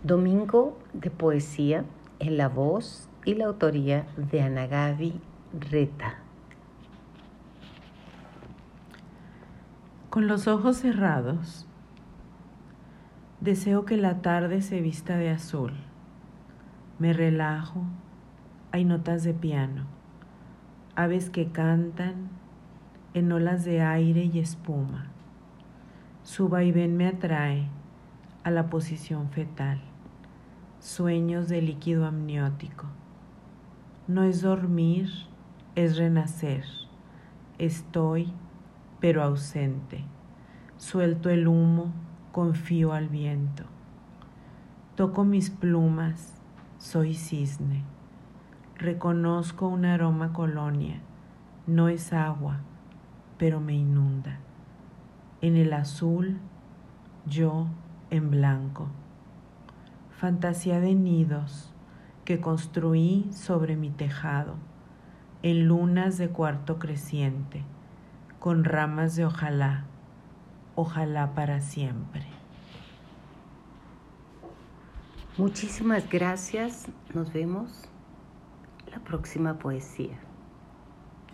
Domingo de poesía en la voz y la autoría de Ana Gaby Reta. Con los ojos cerrados, deseo que la tarde se vista de azul. Me relajo, hay notas de piano, aves que cantan en olas de aire y espuma. Su vaivén me atrae a la posición fetal, sueños de líquido amniótico. No es dormir, es renacer. Estoy, pero ausente. Suelto el humo, confío al viento. Toco mis plumas, soy cisne. Reconozco un aroma colonia. No es agua, pero me inunda. En el azul, yo en blanco. Fantasía de nidos que construí sobre mi tejado, en lunas de cuarto creciente, con ramas de ojalá, ojalá para siempre. Muchísimas gracias. Nos vemos la próxima poesía.